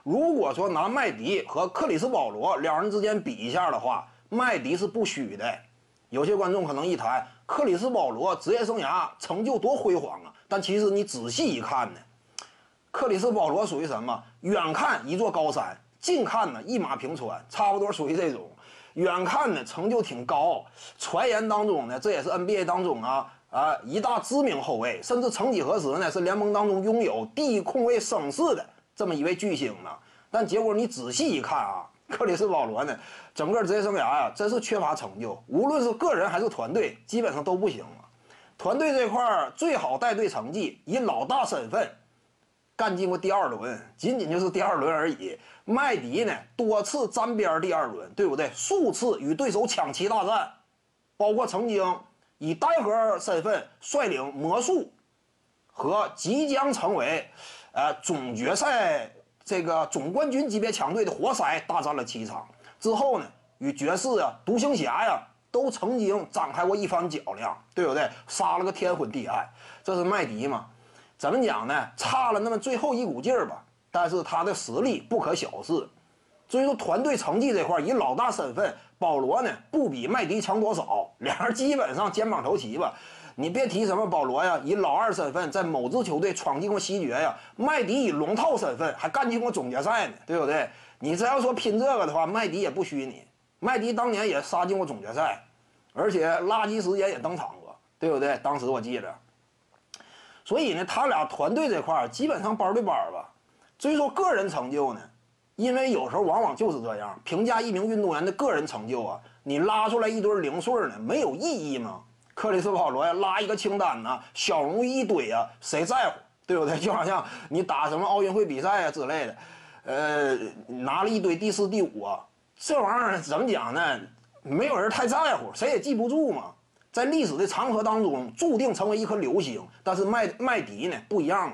如果说拿麦迪和克里斯保罗两人之间比一下的话，麦迪是不虚的。有些观众可能一谈克里斯保罗职业生涯成就多辉煌啊，但其实你仔细一看呢，克里斯保罗属于什么？远看一座高山，近看呢一马平川，差不多属于这种。远看呢成就挺高，传言当中呢这也是 NBA 当中一大知名后卫，甚至曾几何时呢是联盟当中拥有第一控卫声势的这么一位巨星呢。但结果你仔细一看啊，克里斯保罗呢整个职业生涯真是缺乏成就，无论是个人还是团队，基本上都不行了。团队这块最好带队成绩以老大身份干进过第二轮，仅仅就是第二轮而已。麦迪呢多次沾边第二轮，对不对？数次与对手抢七大战，包括曾经以单核身份率领魔术和即将成为总决赛这个总冠军级别强队的活塞大战了7场。之后呢，与爵士独行侠都曾经展开过一番较量，对不对？杀了个天昏地暗。这是麦迪嘛？怎么讲呢？差了那么最后一股劲儿吧，但是他的实力不可小视。所以说团队成绩这块，以老大身份，保罗呢不比麦迪强多少，两人基本上肩膀头齐吧。你别提什么保罗以老二身份在某支球队闯进过西决麦迪以龙套身份还干进过总决赛呢，对不对？你只要说拼这个的话，麦迪也不虚你。麦迪当年也杀进过总决赛，而且垃圾时间也登场过，对不对？当时我记着。所以呢，他俩团队这块基本上班对班吧。所以说个人成就呢，因为有时候往往就是这样，评价一名运动员的个人成就你拉出来一堆零碎呢，没有意义吗？克里斯保罗拉一个清单小荣誉一堆谁在乎？对不对？就好像你打什么奥运会比赛之类的，拿了一堆第4、第5这玩意儿怎么讲呢？没有人太在乎，谁也记不住嘛。在历史的长河当中，注定成为一颗流星。但是麦迪呢不一样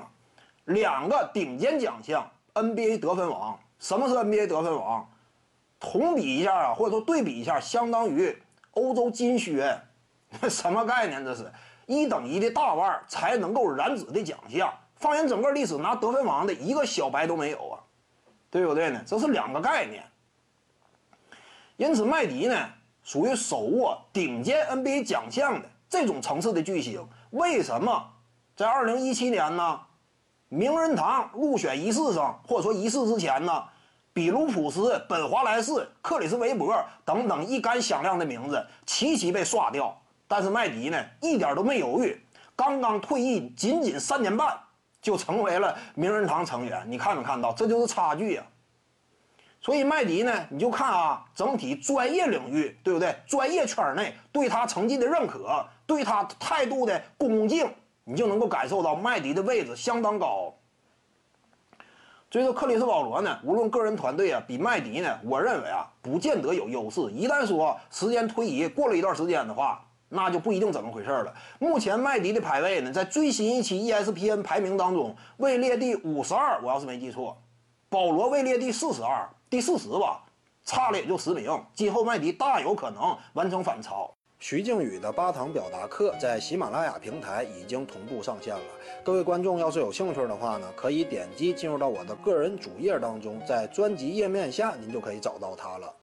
2个顶尖奖项 ，NBA 得分王。什么是 NBA 得分王？同比一下或者说对比一下，相当于欧洲金靴，什么概念？这是1等1的大腕才能够染指的奖项。放眼整个历史，拿得分王的一个小白都没有对不对呢？这是2个概念。因此，麦迪呢属于手握顶尖 NBA 奖项的这种层次的巨星。为什么在2017年呢？名人堂入选仪式上，或者说仪式之前呢，比卢普斯、本华莱士、克里斯韦伯等等一干响亮的名字齐齐被刷掉。但是麦迪呢一点都没犹豫，刚刚退役仅仅3年半就成为了名人堂成员。你看没看到？这就是差距所以麦迪呢，你就看整体专业领域，对不对？专业圈内对他成绩的认可，对他态度的恭敬，你就能够感受到麦迪的位置相当高。所以说克里斯保罗呢，无论个人团队比麦迪呢，我认为不见得有优势。一旦说时间推移过了一段时间的话，那就不一定怎么回事了。目前麦迪的排位呢，在最新一期 ESPN 排名当中位列第52，我要是没记错。保罗位列第42，第40吧，差了也就10名。今后麦迪大有可能完成反超。徐静宇的8堂表达课在喜马拉雅平台已经同步上线了。各位观众要是有兴趣的话呢，可以点击进入到我的个人主页当中，在专辑页面下您就可以找到它了。